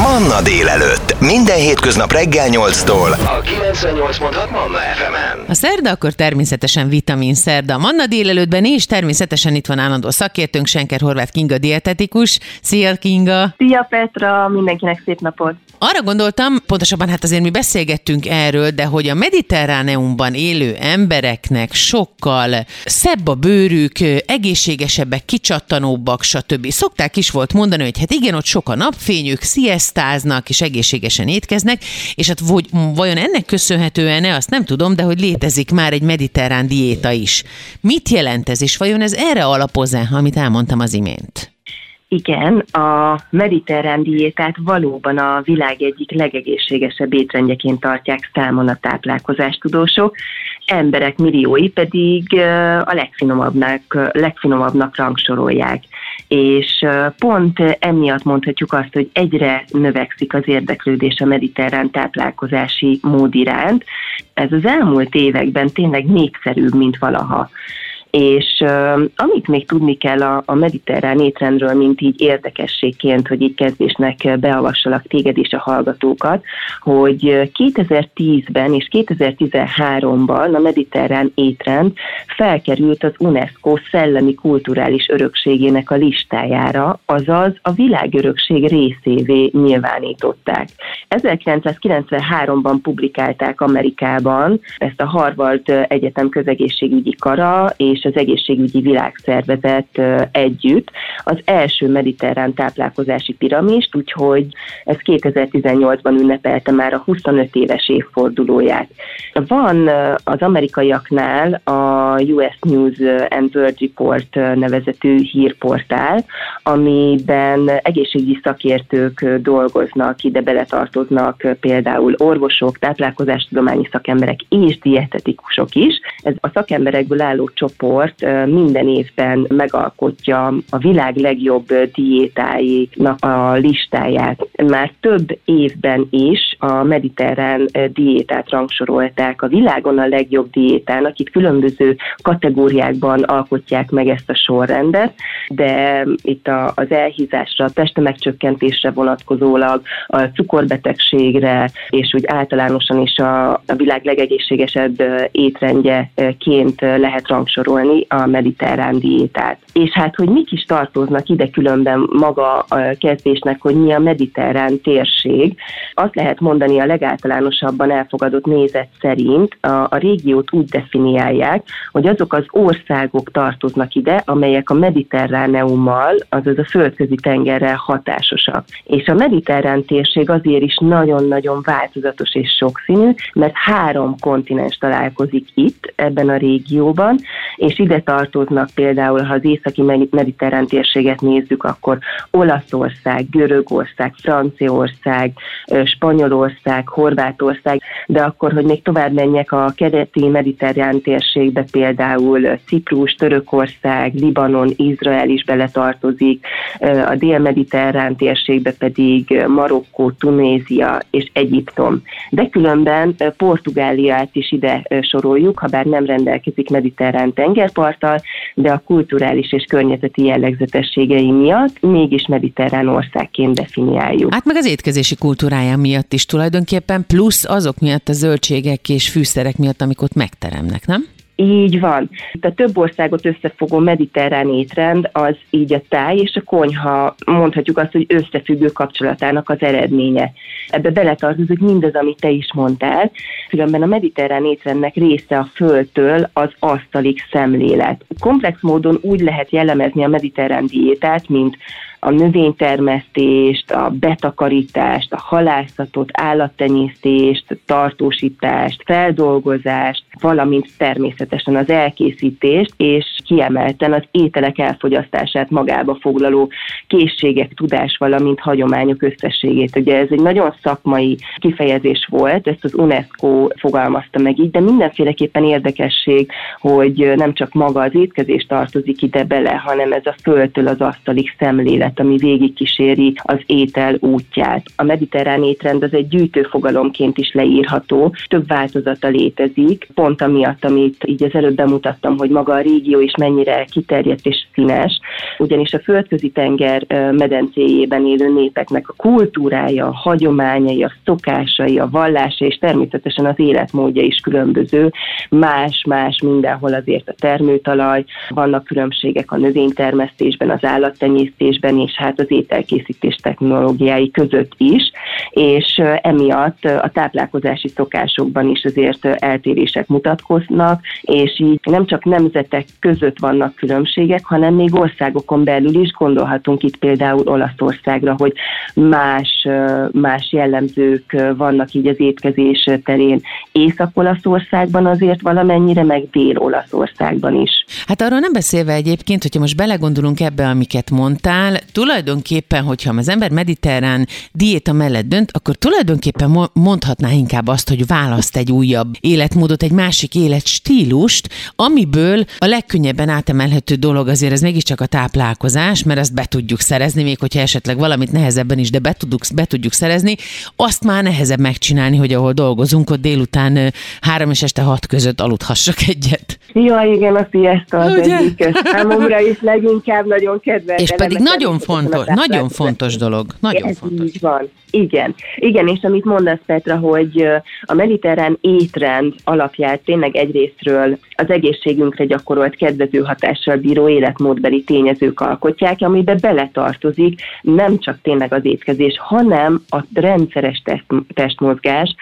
Manna délelőtt. Minden hétköznap reggel 8-tól a 98.6 Manna FM-en. A szerda akkor természetesen vitamin szerda. Manna délelőttben és természetesen itt van állandó szakértőnk, Schenker Horváth Kinga dietetikus. Szia Kinga! Szia Petra, mindenkinek szép napot! Arra gondoltam, pontosabban hát azért mi beszélgettünk erről, de hogy a Mediterráneumban élő embereknek sokkal szebb a bőrük, egészségesebbek, kicsattanóbbak, stb. Szokták is volt mondani, hogy hát igen, ott sok a napfényük, sziasztáznak és egészségesen étkeznek, és hát vajon ennek köszönhetően-e, azt nem tudom, de hogy létezik már egy mediterrán diéta is. Mit jelent ez, és vajon ez erre alapoz-e, amit elmondtam az imént? Igen, a mediterrán diétát valóban a világ egyik legegészségesebb étrendjeként tartják számon a táplálkozástudósok, emberek milliói pedig a legfinomabbnak rangsorolják. És pont emiatt mondhatjuk azt, hogy egyre növekszik az érdeklődés a mediterrán táplálkozási mód iránt. Ez az elmúlt években tényleg népszerűbb, mint valaha. És amit még tudni kell a mediterrán étrendről, mint így érdekességként, hogy így kezdésnek beavassalak téged és a hallgatókat, hogy 2010-ben és 2013-ban a mediterrán étrend felkerült az UNESCO szellemi kulturális örökségének a listájára, azaz a világörökség részévé nyilvánították. 1993-ban publikálták Amerikában ezt a Harvard Egyetem közegészségügyi kara és az Egészségügyi Világszervezet együtt az első mediterrán táplálkozási piramist, úgyhogy ez 2018-ban ünnepelte már a 25 éves évfordulóját. Van az amerikaiaknál a US News and World Report nevezetű hírportál, amiben egészségügyi szakértők dolgoznak, ide beletartoznak például orvosok, táplálkozástudományi szakemberek és dietetikusok is. Ez a szakemberekből álló csoport minden évben megalkotja a világ legjobb diétáinak a listáját. Már több évben is a mediterrán diétát rangsorolták a világon a legjobb diétának. Itt különböző kategóriákban alkotják meg ezt a sorrendet, de itt az elhízásra, a testtömegcsökkentésre vonatkozólag, a cukorbetegségre, és úgy általánosan is a világ legegészségesebb étrendjeként lehet rangsorolni a mediterrán diétát. És hát, hogy mik is tartoznak ide különben maga a kezdésnek, hogy mi a mediterrán térség, azt lehet mondani a legáltalánosabban elfogadott nézet szerint a régiót úgy definiálják, hogy azok az országok tartoznak ide, amelyek a Mediterráneummal, azaz a földközi tengerrel hatásosak. És a mediterrán térség azért is nagyon-nagyon változatos és sokszínű, mert 3 kontinens találkozik itt, ebben a régióban, és ide tartoznak például, ha az északi mediterrán térséget nézzük, akkor Olaszország, Görögország, Franciaország, Spanyolország, Horvátország, de akkor, hogy még tovább menjek a keleti mediterrán térségbe, például Ciprus, Törökország, Libanon, Izrael is beletartozik, a dél-mediterrán térségbe pedig Marokkó, Tunézia és Egyiptom. De különben Portugáliát is ide soroljuk, ha bár nem rendelkezik mediterrán tengerparttal, de a kulturális és környezeti jellegzetességei miatt mégis mediterrán országként definiáljuk. Hát meg az étkezési kultúrája miatt is tulajdonképpen, plusz azok miatt a zöldségek és fűszerek miatt, amik ott megteremnek, nem? Így van. A több országot összefogó mediterrán étrend az így a táj és a konyha, mondhatjuk azt, hogy összefüggő kapcsolatának az eredménye. Ebbe beletartozik mindaz, amit te is mondtál. Különben a mediterrán étrendnek része a földtől az asztalig szemlélet. Komplex módon úgy lehet jellemezni a mediterrán diétát, mint a növénytermesztést, a betakarítást, a halászatot, állattenyésztést, tartósítást, feldolgozást, valamint természetesen az elkészítést, és kiemelten az ételek elfogyasztását magába foglaló készségek, tudás, valamint hagyományok összességét. Ugye ez egy nagyon szakmai kifejezés volt, ezt az UNESCO fogalmazta meg így, de mindenféleképpen érdekesség, hogy nem csak maga az étkezés tartozik ide bele, hanem ez a földtől az asztalig szemlélet diét, ami végigkíséri az étel útját. A mediterrán étrend az egy gyűjtőfogalomként is leírható, több változata létezik, pont amiatt, amit így az előbb bemutattam, hogy maga a régió is mennyire kiterjedt és színes, ugyanis a Földközi-tenger medencéjében élő népeknek a kultúrája, a hagyományai, a szokásai, a vallása és természetesen az életmódja is különböző, más-más mindenhol azért a termőtalaj, vannak különbségek a növénytermesztésben, az állattenyésztésben és hát az ételkészítés technológiái között is, és emiatt a táplálkozási szokásokban is azért eltérések mutatkoznak, és így nem csak nemzetek között vannak különbségek, hanem még országokon belül is, gondolhatunk itt például Olaszországra, hogy más jellemzők vannak így az étkezés terén. Észak-Olaszországban azért valamennyire, meg Dél-Olaszországban is. Hát arról nem beszélve egyébként, hogyha most belegondolunk ebbe, amiket mondtál, tulajdonképpen, hogyha az ember mediterrán diéta mellett dönt, akkor tulajdonképpen mondhatná inkább azt, hogy választ egy újabb életmódot, egy másik életstílust, amiből a legkönnyebben átemelhető dolog azért ez mégiscsak a táplálkozás, mert ezt be tudjuk szerezni, még hogyha esetleg valamit nehezebben is, de be tudjuk szerezni, azt már nehezebb megcsinálni, hogy ahol dolgozunk, ott délután 3 és este 6 között aludhassak egyet. Ja, igen, a siesta az egyik számomra is leginkább nagyon kedves. És pedig nagyon fontos dolog. Nagyon fontos. Így van. Igen, és amit mondasz, Petra, hogy a mediterrán étrend alapját tényleg egyrésztről az egészségünkre gyakorolt kedvező hatással bíró életmódbeli tényezők alkotják, amiben beletartozik nem csak tényleg az étkezés, hanem a rendszeres testmozgás,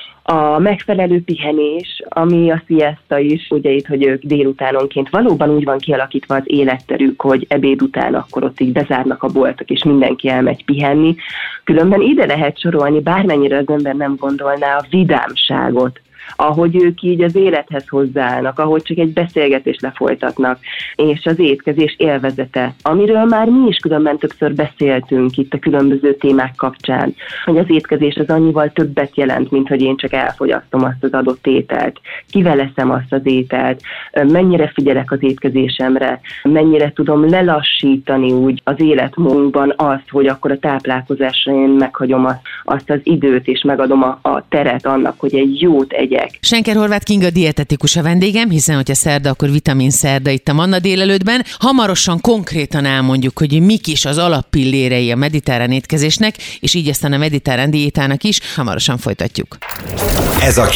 a megfelelő pihenés, ami a siesta is, ugye itt, hogy ők délutánonként valóban úgy van kialakítva az életterük, hogy ebéd után akkor ott így bezárnak a boltok, és mindenki elmegy pihenni. Különben ide lehet sorolni, bármennyire az ember nem gondolná, a vidámságot, ahogy ők így az élethez hozzáállnak, ahogy csak egy beszélgetést lefolytatnak, és az étkezés élvezete, amiről már mi is különben többször beszéltünk itt a különböző témák kapcsán, hogy az étkezés az annyival többet jelent, mint hogy én csak elfogyasztom azt az adott ételt, kivel eszem azt az ételt, mennyire figyelek az étkezésemre, mennyire tudom lelassítani úgy az életmódban azt, hogy akkor a táplálkozásra én meghagyom azt az időt, és megadom a teret annak, hogy egy jót egyek. Schenker Horváth Kinga dietetikus a vendégem, hiszen hogyha szerda, akkor vitamin szerda itt a Manna délelőttben. Hamarosan konkrétan elmondjuk, hogy mik is az alappillérei a mediterrán étkezésnek, és így aztán a mediterrán diétának is. Hamarosan folytatjuk. Ez a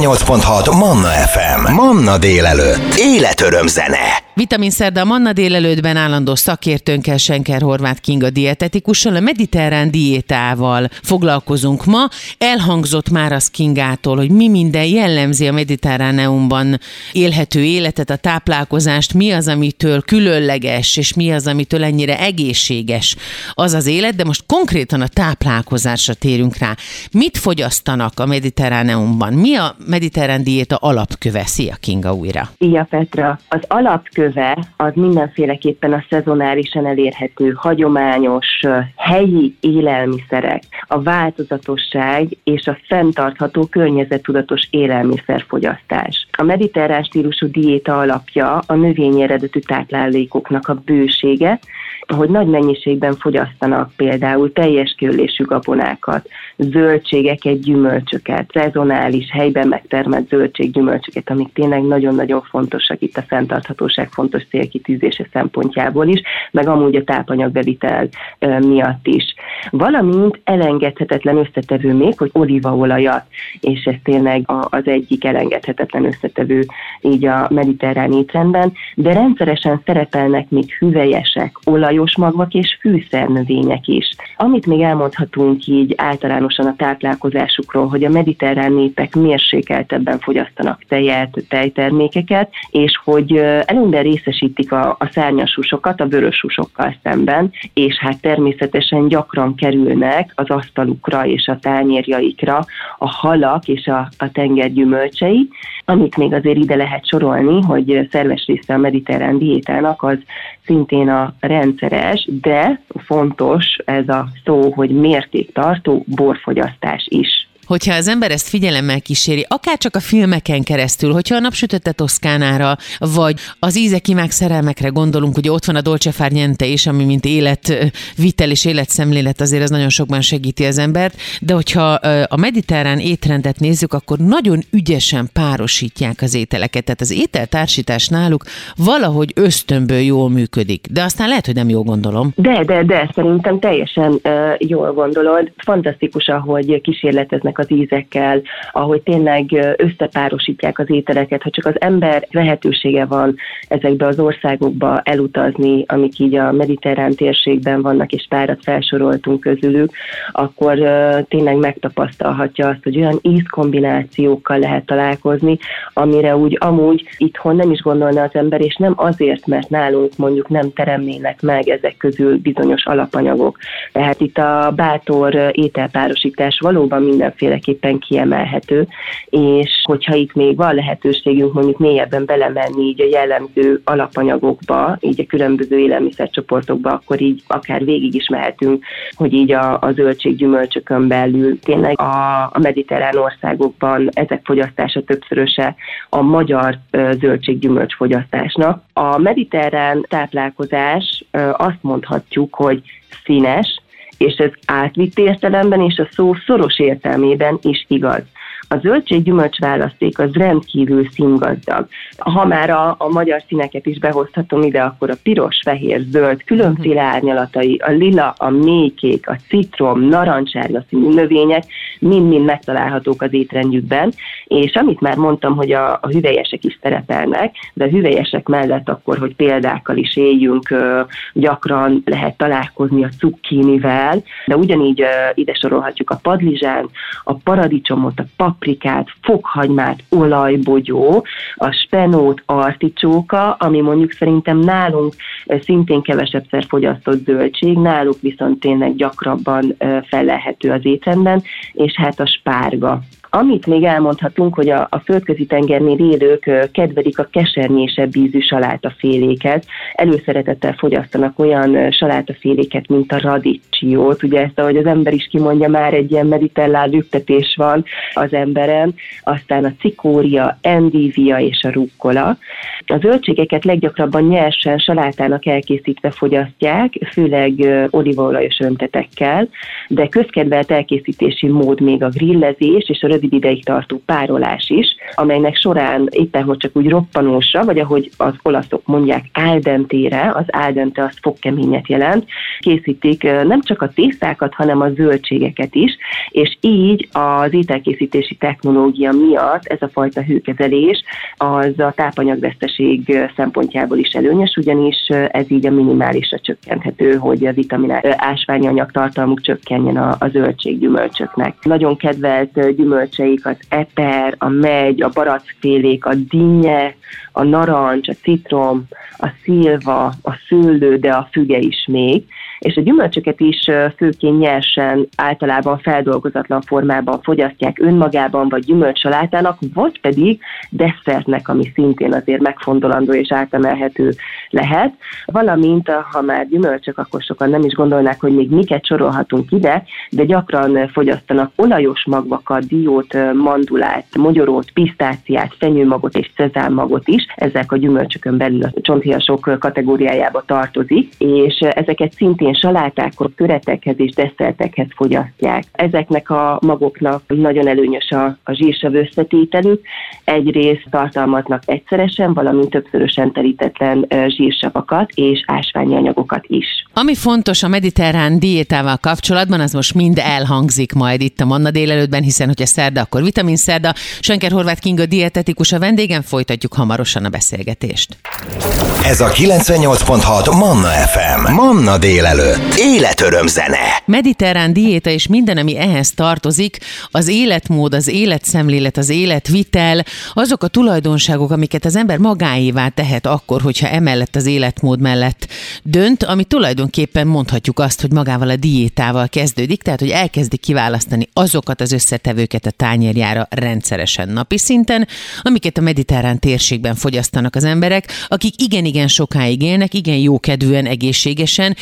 98.6 Manna FM. Manna délelőtt. Életöröm zene. Vitamin szerda a Manna délelőttben állandó szakértőnkkel, Schenker Horváth Kinga dietetikussal, a mediterrán diétával foglalkozunk ma. Elhangzott már az Kingától, hogy mi minden jellemzi a Mediterráneumban élhető életet, a táplálkozást, mi az, amitől különleges, és mi az, amitől ennyire egészséges az élet, de most konkrétan a táplálkozásra térünk rá. Mit fogyasztanak a Mediterráneumban? Mi a mediterrán diéta alapköve? Szia, Kinga, újra! Szia, Petra! Az alapköve az mindenféleképpen a szezonálisan elérhető, hagyományos, helyi élelmiszerek, a változatosság és a fenntartható környezettudatos élelmiszerfogyasztás. A mediterrán stílusú diéta alapja a növényi eredetű táplálékoknak a bősége, hogy nagy mennyiségben fogyasztanak például teljes kiölésű gabonákat, zöldségeket, gyümölcsöket, szezonális, helyben megtermelt zöldséggyümölcsöket, amik tényleg nagyon-nagyon fontosak itt a fenntarthatóság fontos célkitűzése szempontjából is, meg amúgy a tápanyagbevitel miatt is. Valamint elengedhetetlen összetevő még, hogy olívaolajat, és ez tényleg az egyik elengedhetetlen összetevő így a mediterrán étrendben, de rendszeresen szerepelnek még hüvelyesek, olajos magvak és fűszernövények is. Amit még elmondhatunk így általánosan a táplálkozásukról, hogy a mediterrán népek mérsékeltebben fogyasztanak tejet, tejtermékeket, és hogy előnyben részesítik a szárnyas húsokat a vörös húsokkal szemben, és hát természetesen gyakran kerülnek az asztalukra és a tányérjaikra a halak és a tenger gyümölcsei, amit még azért ide lehet sorolni, hogy szerves része a mediterrán diétának az szintén a rendszeres, de fontos ez a szó, hogy mértéktartó borfogyasztás is. hogyha az ember ezt figyelemmel kíséri, akár csak a filmeken keresztül, hogyha a Napsütötte Toszkánára, vagy az Ízek, imák, szerelmekre gondolunk, ugye ott van a Dolce Far Niente is, ami mint életvitel és életszemlélet, azért az nagyon sokban segíti az embert, de hogyha a mediterrán étrendet nézzük, akkor nagyon ügyesen párosítják az ételeket, tehát az ételtársítás náluk valahogy ösztönből jól működik, de aztán lehet, hogy nem jól gondolom. De szerintem teljesen jól gondolod. Fantasztikus, ahogy kísérleteznek az ízekkel, ahogy tényleg összepárosítják az ételeket, ha csak az ember lehetősége van ezekbe az országokba elutazni, amik így a mediterrán térségben vannak, és párat felsoroltunk közülük, akkor tényleg megtapasztalhatja azt, hogy olyan ízkombinációkkal lehet találkozni, amire úgy amúgy itthon nem is gondolna az ember, és nem azért, mert nálunk mondjuk nem teremnének meg ezek közül bizonyos alapanyagok. Tehát itt a bátor ételpárosítás valóban mindenféleképpen kiemelhető, és hogyha itt még van lehetőségünk mondjuk mélyebben belemenni így a jellemző alapanyagokba, így a különböző élelmiszercsoportokba, akkor így akár végig is mehetünk, hogy így a zöldséggyümölcsökön belül tényleg a mediterrán országokban ezek fogyasztása többszöröse a magyar zöldséggyümölcs fogyasztásnak. A mediterrán táplálkozás azt mondhatjuk, hogy színes, és ez átvitt értelemben és a szó szoros értelmében is igaz. A zöldséggyümölcs választék az rendkívül színgazdag. Ha már a magyar színeket is behozhatom ide, akkor a piros, fehér, zöld, különféle árnyalatai, a lila, a mélykék, a citrom, narancsárga színű növények mind-mind megtalálhatók az étrendjükben, és amit már mondtam, hogy a hüvelyesek is szerepelnek, de a hüvelyesek mellett akkor, hogy példákkal is éljünk, gyakran lehet találkozni a cukkinivel, de ugyanígy ide sorolhatjuk a padlizsán, a paradicsomot, a paprikát, fokhagymát, olajbogyó, a spenót, articsóka, ami mondjuk szerintem nálunk szintén kevesebbszer fogyasztott zöldség, náluk viszont tényleg gyakrabban fellelhető az étrendben, és hát a spárga. Amit még elmondhatunk, hogy a földközi tengernél élők kedvelik a kesernyésebb ízű salátaféléket. Előszeretettel fogyasztanak olyan salátaféléket, mint a radicciót. Ugye ezt, ahogy az ember is kimondja, már egy ilyen mediterrán lüktetés van az emberen. Aztán a cikória, endívia és a rukkola. A zöldségeket leggyakrabban nyersen salátának elkészítve fogyasztják, főleg olívaolajos öntetekkel, de közkedvelt elkészítési mód még a grillezés és a rövid ideig tartó párolás is, amelynek során éppen, hogy csak úgy roppanósra, vagy ahogy az olaszok mondják, al dentére, az al dente az fogkeményet jelent, készítik nem csak a tésztákat, hanem a zöldségeket is, és így az ételkészítési technológia miatt ez a fajta hőkezelés az a tápanyagveszteség szempontjából is előnyös, ugyanis ez így a minimálisra csökkenthető, hogy a vitaminák, ásványi anyag tartalmuk csökkenjen a zöldséggyümölcsöknek. Nagyon kedvelt gyümölcseik az eper, a megy, a barackfélék, a dinnye, a narancs, a citrom, a szilva, a szőlő, de a füge is még. És a gyümölcsöket is főként nyersen, általában feldolgozatlan formában fogyasztják önmagában, vagy gyümölcsalátának, vagy pedig desszertnek, ami szintén azért megfontolandó és átemelhető lehet. Valamint, ha már gyümölcsök, akkor sokan nem is gondolnák, hogy még miket sorolhatunk ide, de gyakran fogyasztanak olajos magvakat, diót, mandulát, mogyorót, pisztáciát, fenyőmagot és szezámmagot is. Ezek a gyümölcsökön belül a csonthéjasok kategóriájába tartozik, és ezeket szintén salátákhoz, töretekhez és desszertekhez fogyasztják. Ezeknek a magoknak nagyon előnyös a zsírsav összetételük. Egyrészt tartalmaznak egyszeresen, valamint többszörösen terítetlen zsírsavakat és ásványi anyagokat is. Ami fontos a mediterrán diétával kapcsolatban, az most mind elhangzik majd itt a Manna délelőttben, hiszen hogyha szerda, akkor vitaminszerda. Senker Horváth Kinga dietetikus a vendégem, folytatjuk hamarosan a beszélgetést. Ez a 98.6 Manna FM. Manna délelőtt. Életöröm zene. Mediterrán diéta és minden, ami ehhez tartozik, az életmód, az életszemlélet, az életvitel, azok a tulajdonságok, amiket az ember magáévá tehet akkor, hogyha emellett az életmód mellett dönt, ami tulajdonképpen mondhatjuk azt, hogy magával a diétával kezdődik, tehát hogy elkezdi kiválasztani azokat az összetevőket a tányérjára rendszeresen napi szinten, amiket a mediterrán térségben fogyasztanak az emberek, akik igen-igen sokáig élnek, igen jókedvűen, egészségesen, és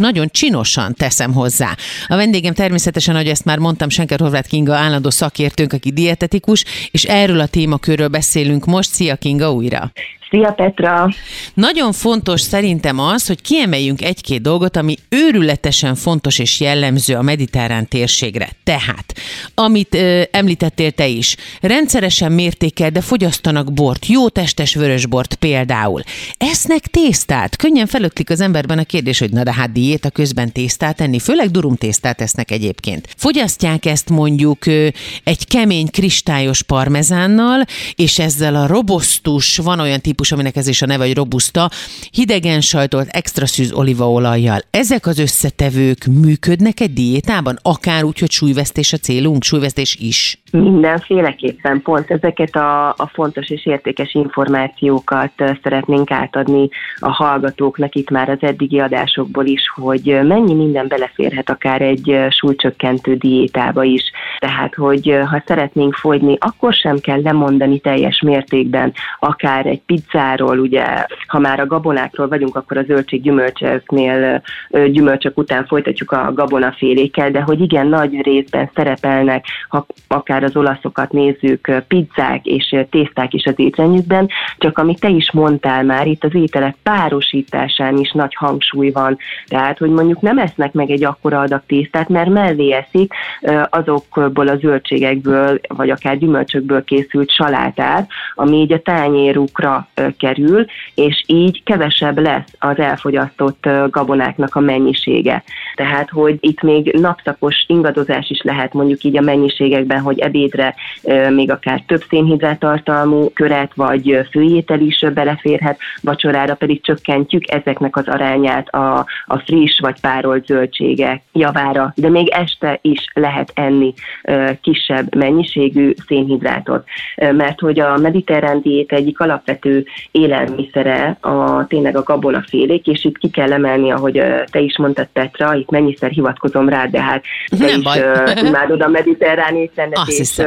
nagyon csinosan teszem hozzá. A vendégem természetesen, ahogy ezt már mondtam, Schenker Horváth Kinga állandó szakértőnk, aki dietetikus, és erről a témakörről beszélünk most. Szia Kinga újra! Szia Petra! Nagyon fontos szerintem az, hogy kiemeljünk egy-két dolgot, ami őrületesen fontos és jellemző a mediterrán térségre. Tehát, amit említettél te is, rendszeresen mértékel, de fogyasztanak bort, jó testes vörösbort például. Esznek tésztát. Könnyen felötlik az emberben a kérdés, hogy na de hát diéta közben tésztát enni, főleg durumtésztát esznek egyébként. Fogyasztják ezt mondjuk egy kemény kristályos parmezánnal, és ezzel a robusztus, van olyan típus, aminek ez is a neve, hogy robusta, hidegen sajtolt extra szűz olívaolajjal. Ezek az összetevők működnek egy diétában? Akár úgy, hogy súlyvesztés a célunk, súlyvesztés is? Mindenféleképpen pont ezeket a fontos és értékes információkat szeretnénk átadni a hallgatóknak itt már az eddigi adásokból is, hogy mennyi minden beleférhet akár egy súlycsökkentő diétába is. Tehát, hogy ha szeretnénk fogyni, akkor sem kell lemondani teljes mértékben, akár egy pizzáról, ugye, ha már a gabonákról vagyunk, akkor a zöldség-gyümölcsöknél gyümölcsök után folytatjuk a gabonafélékkel, de hogy igen, nagy részben szerepelnek, ha akár az olaszokat nézzük, pizzák és tészták is az étrendjükben, csak amit te is mondtál már, itt az ételek párosításán is nagy hangsúly van. Tehát, hogy mondjuk nem esznek meg egy akkora adag tésztát, mert mellé eszik azokból a zöldségekből, vagy akár gyümölcsökből készült salátát, ami így a tányérukra kerül, és így kevesebb lesz az elfogyasztott gabonáknak a mennyisége. Tehát, hogy itt még napszakos ingadozás is lehet mondjuk így a mennyiségekben, hogy ebédre még akár több szénhidráttartalmú köret vagy főétel is beleférhet, vacsorára pedig csökkentjük ezeknek az arányát a friss vagy párolt zöldségek javára, de még este is lehet enni kisebb mennyiségű szénhidrátot, mert hogy a mediterrán diéta egyik alapvető élelmiszere tényleg a gabonafélék, és itt ki kell emelni, ahogy te is mondtad, Petra, itt mennyiszer hivatkozom rá, de hát te is imádod a mediterrán étrendet,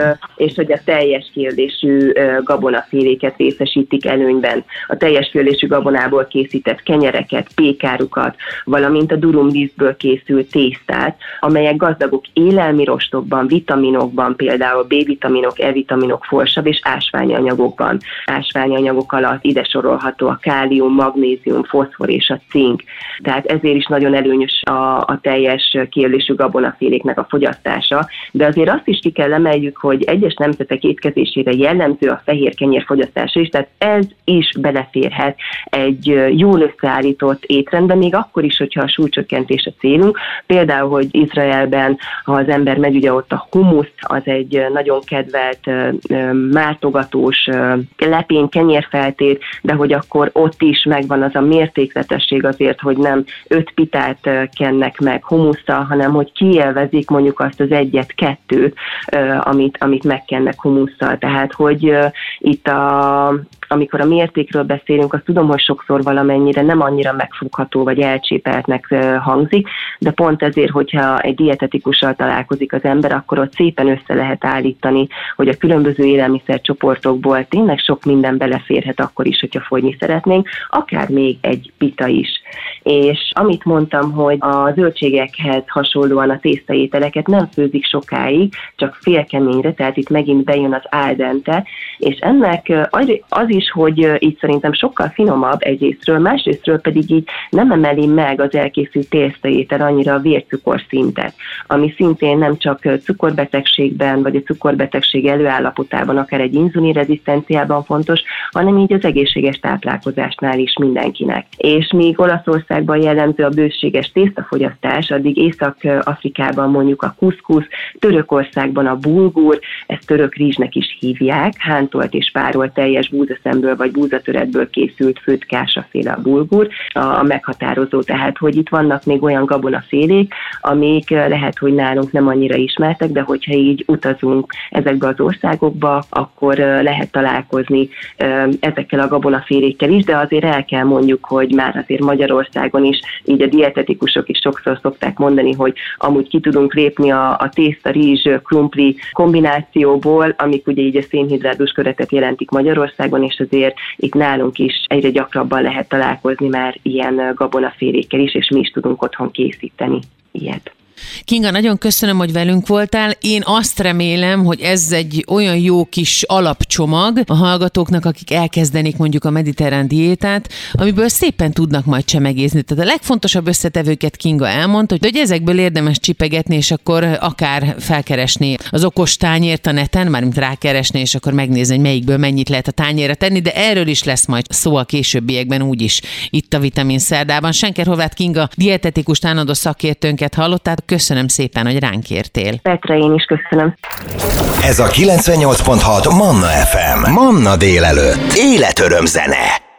és hogy a teljes kérdésű gabonaféléket részesítik előnyben. A teljes kérdésű gabonából készített kenyereket, pékárukat, valamint a durumdíszből készült tésztát, amelyek gazdagok élelmi rostokban, vitaminokban, például B-vitaminok, E-vitaminok, folsav és ásványi anyagokban. Ásványi anyagok alatt ide sorolható a kálium, magnézium, foszfor és a cink. Tehát ezért is nagyon előnyös a teljes kérdésű gabonaféléknek a fogyasztása, de azért azt is ki kell emeljük, hogy egyes nemzetek étkezésére jellemző a fehér kenyér fogyasztása is, tehát ez is beleférhet egy jól összeállított étrendbe, még akkor is, hogyha a súlycsökkentés a célunk. Például, hogy Izraelben, ha az ember megy, ugye ott a humusz, az egy nagyon kedvelt mártogatós lepény kenyérfeltét, de hogy akkor ott is megvan az a mértékletesség azért, hogy nem 5 pitát kennek meg humusszal, hanem hogy kiélvezik mondjuk azt az 1-2, amit megkennek humusszal. Tehát, hogy itt amikor a mértékről beszélünk, azt tudom, hogy sokszor valamennyire nem annyira megfogható vagy elcsépeltnek hangzik, de pont ezért, hogyha egy dietetikussal találkozik az ember, akkor ott szépen össze lehet állítani, hogy a különböző élelmiszercsoportokból tényleg sok minden beleférhet akkor is, hogyha fogyni szeretnénk, akár még egy pita is. És amit mondtam, hogy a zöldségekhez hasonlóan a tésztaételeket nem főzik sokáig, csak félkeményre, tehát itt megint bejön az al dente, és ennek az is, hogy így szerintem sokkal finomabb egyrésztről, másrésztről pedig így nem emeli meg az elkészült tésztaétel annyira a vércukorszintet, ami szintén nem csak cukorbetegségben, vagy a cukorbetegség előállapotában, akár egy inzulinrezisztenciában fontos, hanem így az egészséges táplálkozásnál is mindenkinek. És míg Olaszországban jellemző a bőséges tésztafogyasztás, addig Észak-Afrikában mondjuk a kuszkusz, Törökországban a bulgur, ezt török rizsnek is hívják, hántolt és párolt teljes búzaszemből vagy búzatöretből készült főtt kásaféle a bulgur, a meghatározó, tehát hogy itt vannak még olyan gabonafélék, amik lehet, hogy nálunk nem annyira ismertek, de hogyha így utazunk ezekbe az országokba, akkor lehet találkozni ezekkel a gabonafélékkel is, de azért el kell mondjuk, hogy már azért Magyarországon is így a dietetikusok is sokszor szokták mondani, hogy amúgy ki tudunk lépni a tészta, rizs, krumpli kombinációból, amik ugye így a szénhidrátus köretet jelentik Magyarországon, és és azért itt nálunk is egyre gyakrabban lehet találkozni már ilyen gabonafélékkel is, és mi is tudunk otthon készíteni ilyet. Kinga, nagyon köszönöm, hogy velünk voltál. Én azt remélem, hogy ez egy olyan jó kis alapcsomag a hallgatóknak, akik elkezdenék mondjuk a mediterrán diétát, amiből szépen tudnak majd csemegézni. Tehát a legfontosabb összetevőket Kinga elmondta, hogy ezekből érdemes csipegetni, és akkor akár felkeresni az okos tányért a neten, mármint rákeresni, és akkor megnézni, hogy melyikből mennyit lehet a tányérra tenni, de erről is lesz majd szó a későbbiekben úgyis itt a Vitamin Szerdában. Senker Horváth Kinga dietetikus állandó szakértőnket hallottál. Köszönöm szépen, hogy ránk értél. Petra, én is köszönöm. Ez a 98.6 Manna FM. Manna délelőtt. Életöröm zene.